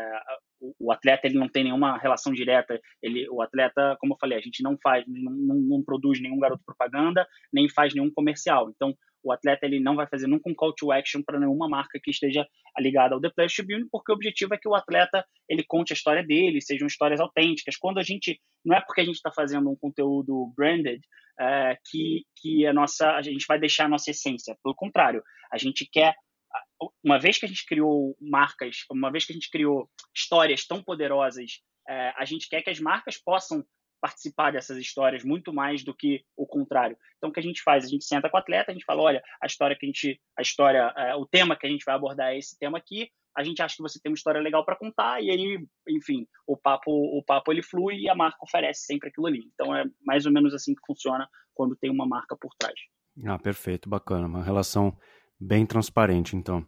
uh, o atleta ele não tem nenhuma relação direta. Ele, o atleta, como eu falei, a gente não faz, não, não, não produz nenhum garoto propaganda, nem faz nenhum comercial. Então, o atleta ele não vai fazer nunca um call to action para nenhuma marca que esteja ligada ao The Players Tribune, porque o objetivo é que o atleta ele conte a história dele, sejam histórias autênticas. Quando a gente, não é porque a gente está fazendo um conteúdo branded é, que, que a, nossa, a gente vai deixar a nossa essência. Pelo contrário, a gente quer, uma vez que a gente criou marcas, uma vez que a gente criou histórias tão poderosas, é, a gente quer que as marcas possam participar dessas histórias muito mais do que o contrário. Então, o que a gente faz? A gente senta com o atleta, a gente fala, olha, a história que a gente, a história, é, o tema que a gente vai abordar é esse tema aqui, a gente acha que você tem uma história legal para contar, e aí, enfim, o papo, o papo ele flui e a marca oferece sempre aquilo ali. Então, é mais ou menos assim que funciona quando tem uma marca por trás. Ah, perfeito, bacana. Uma relação bem transparente, então.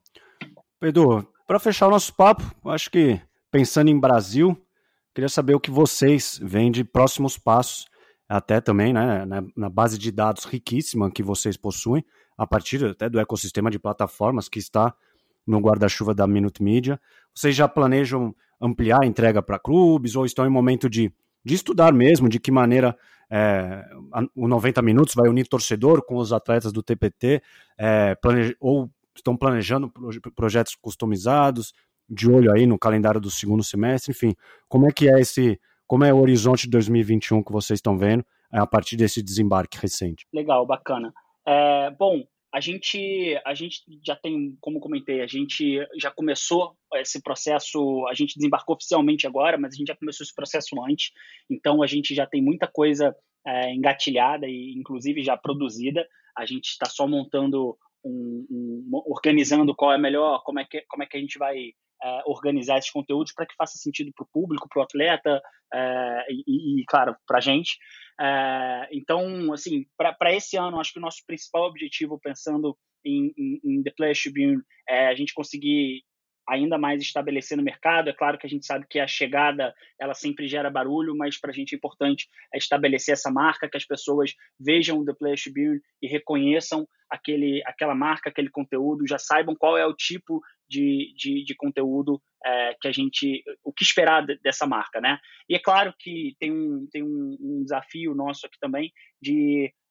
Pedro, para fechar o nosso papo, acho que pensando em Brasil, queria saber o que vocês veem de próximos passos, até também, né, na, na base de dados riquíssima que vocês possuem, a partir até do ecossistema de plataformas que está no guarda-chuva da Minute Media. Vocês já planejam ampliar a entrega para clubes ou estão em momento de, de estudar mesmo de que maneira é, o noventa minutos vai unir torcedor com os atletas do T P T, é, planeja, ou estão planejando projetos customizados, de olho aí no calendário do segundo semestre, enfim, como é que é esse, como é o horizonte de dois mil e vinte e um que vocês estão vendo a partir desse desembarque recente? Legal, bacana. É, bom, a gente, a gente já tem, como comentei, a gente já começou esse processo, a gente desembarcou oficialmente agora, mas a gente já começou esse processo antes, então a gente já tem muita coisa é, engatilhada e inclusive já produzida, a gente está só montando, um, um, organizando qual é melhor, como é que, como é que a gente vai Uh, organizar esses conteúdos para que faça sentido para o público, para o atleta uh, e, e, claro, para a gente. Uh, então, assim, para esse ano, acho que o nosso principal objetivo, pensando em, em, em The Players Tribune, é a gente conseguir ainda mais estabelecer no mercado. É claro que a gente sabe que a chegada, ela sempre gera barulho, mas para a gente é importante é estabelecer essa marca, que as pessoas vejam The Players Tribune e reconheçam aquele, aquela marca, aquele conteúdo, já saibam qual é o tipo de, de, de conteúdo é, que a gente, o que esperar dessa marca, né? E é claro que tem um, tem um, um desafio nosso aqui também de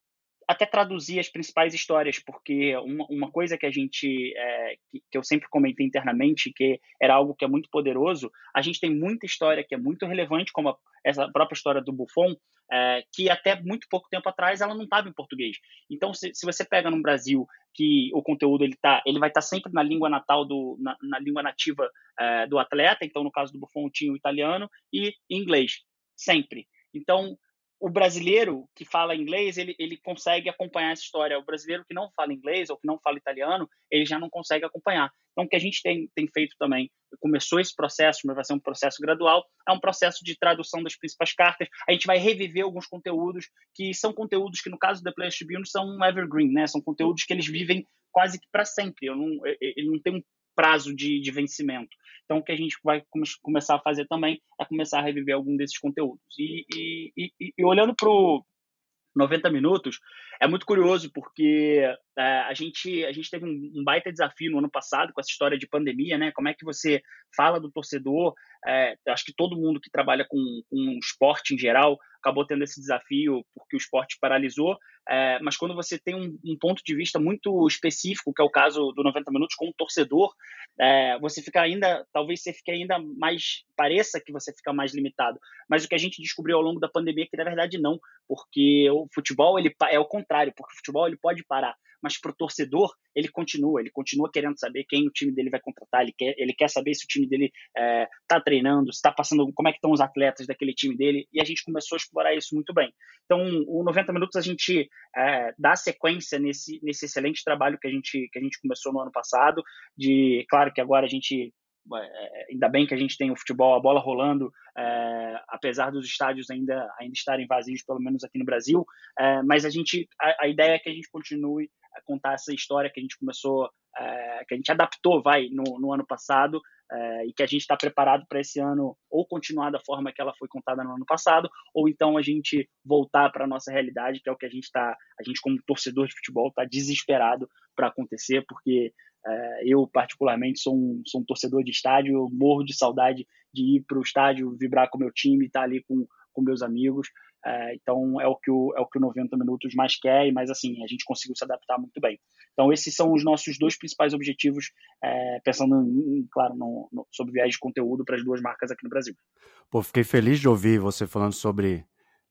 até traduzir as principais histórias, porque uma, uma coisa que a gente, é, que, que eu sempre comentei internamente, que era algo que é muito poderoso, a gente tem muita história que é muito relevante, como a, essa própria história do Buffon, é, que até muito pouco tempo atrás ela não estava em português. Então, se, se você pega no Brasil que o conteúdo ele, tá, ele vai estar tá sempre na língua natal, do, na, na língua nativa é, do atleta, então no caso do Buffon tinha o italiano e inglês, sempre. Então, o brasileiro que fala inglês, ele, ele consegue acompanhar essa história. O brasileiro que não fala inglês ou que não fala italiano, ele já não consegue acompanhar. Então, o que a gente tem, tem feito também, começou esse processo, mas vai ser um processo gradual, é um processo de tradução das principais cartas. A gente vai reviver alguns conteúdos que são conteúdos que, no caso do The Players Tribune, são evergreen, né? São conteúdos que eles vivem quase que para sempre. Eu não, ele não tem um prazo de, de vencimento. Então, o que a gente vai come- começar a fazer também é começar a reviver algum desses conteúdos. E, e, e, e olhando para o noventa minutos, é muito curioso porque é, a, gente, a gente teve um, um baita desafio no ano passado com essa história de pandemia, né? Como é que você fala do torcedor? É, acho que todo mundo que trabalha com, com esporte em geral acabou tendo esse desafio porque o esporte paralisou, é, mas quando você tem um, um ponto de vista muito específico, que é o caso do noventa minutos com o torcedor, é, você fica ainda, talvez você fique ainda mais, pareça que você fica mais limitado, mas o que a gente descobriu ao longo da pandemia é que na verdade não, porque o futebol ele é o contrário, porque o futebol ele pode parar, mas para o torcedor ele continua, ele continua querendo saber quem o time dele vai contratar, ele quer, ele quer saber se o time dele está é, treinando, se está passando, como é que estão os atletas daquele time dele, e a gente começou a explorar isso muito bem. Então, o noventa minutos a gente é, dá sequência nesse, nesse excelente trabalho que a, gente, que a gente começou no ano passado, de, claro que agora a gente ainda bem que a gente tem o futebol, a bola rolando, é, apesar dos estádios ainda, ainda estarem vazios, pelo menos aqui no Brasil, é, mas a gente, a, a ideia é que a gente continue a contar essa história que a gente começou, é, que a gente adaptou, vai, no, no ano passado, é, e que a gente está preparado para esse ano ou continuar da forma que ela foi contada no ano passado, ou então a gente voltar para a nossa realidade, que é o que a gente está, a gente como torcedor de futebol está desesperado para acontecer, porque é, eu particularmente sou um, sou um torcedor de estádio, eu morro de saudade de ir para o estádio, vibrar com o meu time, estar tá ali com, com meus amigos, é, então é o, que o, é o que o noventa minutos mais quer, mas assim, a gente conseguiu se adaptar muito bem. Então esses são os nossos dois principais objetivos, é, pensando, em, claro, no, no, sobre viagem de conteúdo para as duas marcas aqui no Brasil. Pô, fiquei feliz de ouvir você falando sobre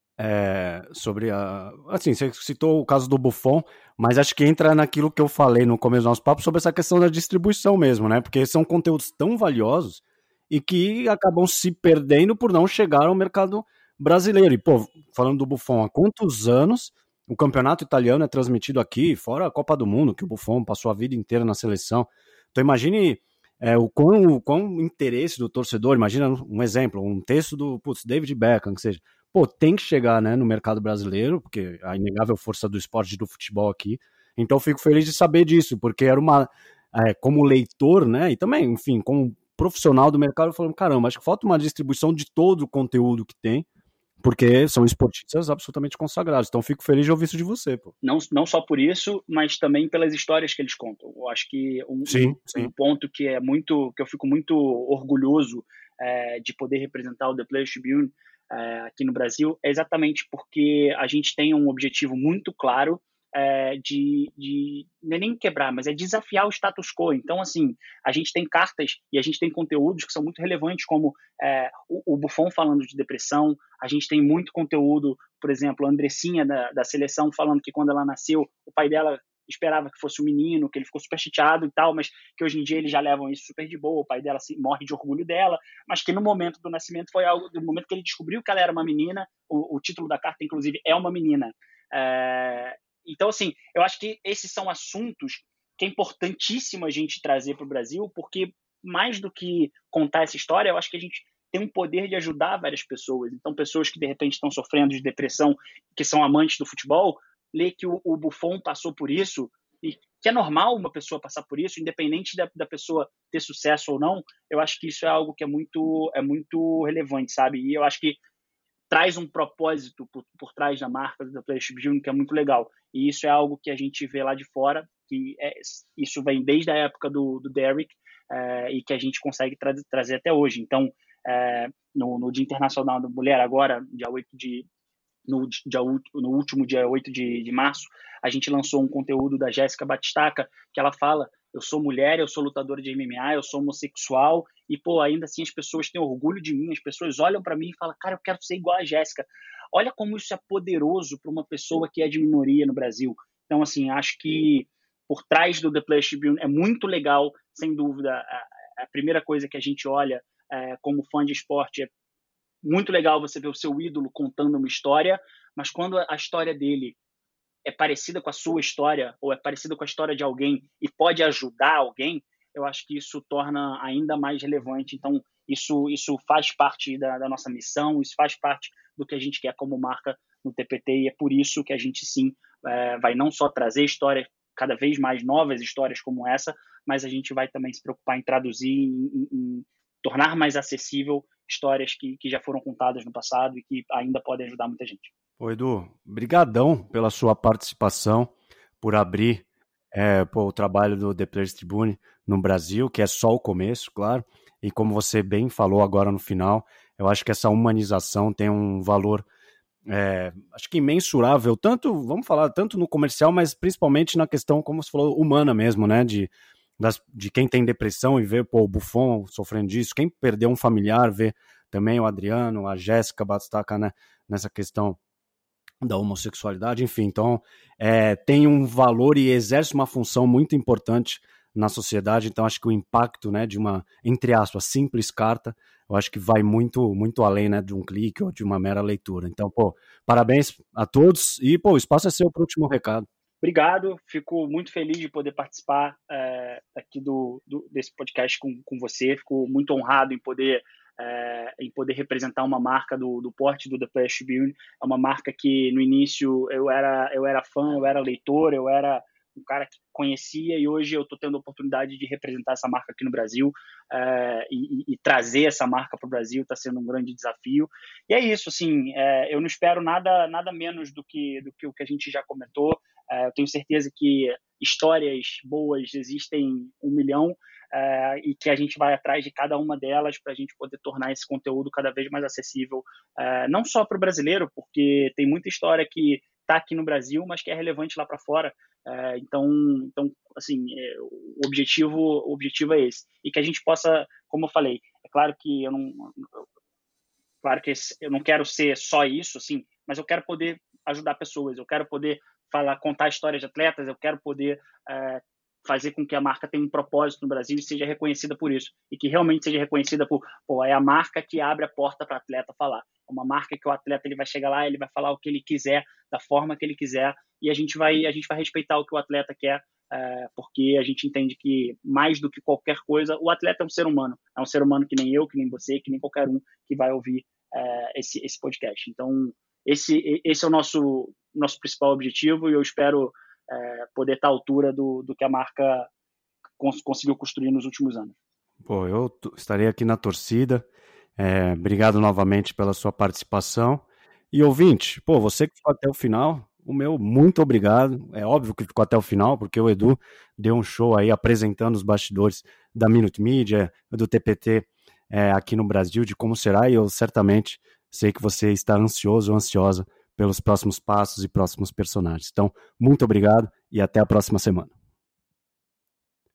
É, sobre a... Assim, você citou o caso do Buffon, mas acho que entra naquilo que eu falei no começo do nosso papo sobre essa questão da distribuição mesmo, né? Porque são conteúdos tão valiosos e que acabam se perdendo por não chegar ao mercado brasileiro. E, pô, falando do Buffon, há quantos anos o campeonato italiano é transmitido aqui, fora a Copa do Mundo, que o Buffon passou a vida inteira na seleção. Então imagine é, o quão, o quão interesse do torcedor, imagina um exemplo, um texto do putz, David Beckham, que seja, pô, tem que chegar, né, no mercado brasileiro, porque a inegável força do esporte e do futebol aqui. Então fico feliz de saber disso, porque era uma, é, como leitor, né, e também, enfim, como profissional do mercado, eu falei, caramba, acho que falta uma distribuição de todo o conteúdo que tem, porque são esportistas absolutamente consagrados. Então fico feliz de ouvir isso de você, pô. Não, não só por isso, mas também pelas histórias que eles contam. Eu acho que um, sim, sim. um ponto que é muito, que eu fico muito orgulhoso é, de poder representar o The Players Tribune é, aqui no Brasil é exatamente porque a gente tem um objetivo muito claro é, de, de não é nem quebrar, mas é desafiar o status quo. Então, assim, a gente tem cartas e a gente tem conteúdos que são muito relevantes, como é, o, o Buffon falando de depressão, a gente tem muito conteúdo, por exemplo, a Andressinha da, da seleção falando que quando ela nasceu, o pai dela esperava que fosse um menino, que ele ficou super chateado e tal, mas que hoje em dia eles já levam isso super de boa, o pai dela assim, morre de orgulho dela, mas que no momento do nascimento foi algo, no momento que ele descobriu que ela era uma menina, o, o título da carta, inclusive, é uma menina. É, então, assim, eu acho que esses são assuntos que é importantíssimo a gente trazer para o Brasil, porque mais do que contar essa história, eu acho que a gente tem um poder de ajudar várias pessoas. Então, pessoas que, de repente, estão sofrendo de depressão, que são amantes do futebol, ler que o, o Buffon passou por isso, e que é normal uma pessoa passar por isso, independente da, da pessoa ter sucesso ou não, eu acho que isso é algo que é muito, é muito relevante, sabe? E eu acho que traz um propósito por, por trás da marca do The Players Tribune que é muito legal. E isso é algo que a gente vê lá de fora, que é, isso vem desde a época do, do Derrick, é, e que a gente consegue tra trazer até hoje. Então, é, no, no Dia Internacional da Mulher, agora, dia oito de no, dia, no último dia oito de, de março, a gente lançou um conteúdo da Jéssica Batistaca, que ela fala, eu sou mulher, eu sou lutadora de M M A, eu sou homossexual, e, pô, ainda assim as pessoas têm orgulho de mim, as pessoas olham para mim e falam, cara, eu quero ser igual a Jéssica. Olha como isso é poderoso para uma pessoa que é de minoria no Brasil. Então, assim, acho que por trás do The Players Tribune é muito legal, sem dúvida, a, a primeira coisa que a gente olha é, como fã de esporte é muito legal você ver o seu ídolo contando uma história, mas quando a história dele é parecida com a sua história, ou é parecida com a história de alguém e pode ajudar alguém, eu acho que isso torna ainda mais relevante. Então, isso, isso faz parte da, da nossa missão, isso faz parte do que a gente quer como marca no T P T, e é por isso que a gente, sim, é, vai não só trazer histórias, cada vez mais novas histórias como essa, mas a gente vai também se preocupar em traduzir, em, em, em tornar mais acessível histórias que, que já foram contadas no passado e que ainda podem ajudar muita gente. Ô Edu, brigadão pela sua participação, por abrir é, pô, o trabalho do The Players Tribune no Brasil, que é só o começo, claro, e como você bem falou agora no final, eu acho que essa humanização tem um valor, é, acho que imensurável, tanto, vamos falar, tanto no comercial, mas principalmente na questão, como você falou, humana mesmo, né, de, das, de quem tem depressão e vê pô, o Buffon sofrendo disso, quem perdeu um familiar, vê também o Adriano, a Jéssica Batistaca, né, nessa questão da homossexualidade, enfim, então é, tem um valor e exerce uma função muito importante na sociedade, então acho que o impacto, né, de uma, entre aspas, simples carta, eu acho que vai muito, muito além, né, de um clique ou de uma mera leitura. Então, pô, parabéns a todos e, pô, o espaço é seu para o último recado. Obrigado, fico muito feliz de poder participar é, aqui do, do, desse podcast com, com você, fico muito honrado em poder É, em poder representar uma marca do, do porte do The Players Tribune. É uma marca que no início eu era, eu era fã, eu era leitor, eu era um cara que conhecia, e hoje eu estou tendo a oportunidade de representar essa marca aqui no Brasil, é, e, e trazer essa marca para o Brasil está sendo um grande desafio. E é isso, assim, é, eu não espero nada, nada menos do que, do que o que a gente já comentou. É, eu tenho certeza que histórias boas existem um milhão, Uh, e que a gente vai atrás de cada uma delas para a gente poder tornar esse conteúdo cada vez mais acessível, uh, não só para o brasileiro, porque tem muita história que está aqui no Brasil, mas que é relevante lá para fora. Uh, então, então, assim, é, o objetivo, o objetivo é esse. E que a gente possa, como eu falei, é claro que eu não, claro que eu não quero ser só isso, assim, mas eu quero poder ajudar pessoas, eu quero poder falar, contar histórias de atletas, eu quero poder uh, fazer com que a marca tenha um propósito no Brasil e seja reconhecida por isso. E que realmente seja reconhecida por, pô, é a marca que abre a porta para o atleta falar. É uma marca que o atleta ele vai chegar lá, ele vai falar o que ele quiser, da forma que ele quiser, e a gente vai, a gente vai respeitar o que o atleta quer, é, porque a gente entende que, mais do que qualquer coisa, o atleta é um ser humano. É um ser humano que nem eu, que nem você, que nem qualquer um que vai ouvir é, esse, esse podcast. Então, esse, esse é o nosso, nosso principal objetivo, e eu espero É, poder estar à altura do, do que a marca cons- conseguiu construir nos últimos anos. Pô, eu t- estarei aqui na torcida. É, obrigado novamente pela sua participação. E ouvinte, pô, você que ficou até o final, o meu muito obrigado. É óbvio que ficou até o final, porque o Edu deu um show aí apresentando os bastidores da Minute Media, do T P T é, aqui no Brasil, de como será, e eu certamente sei que você está ansioso ou ansiosa pelos próximos passos e próximos personagens. Então, muito obrigado e até a próxima semana.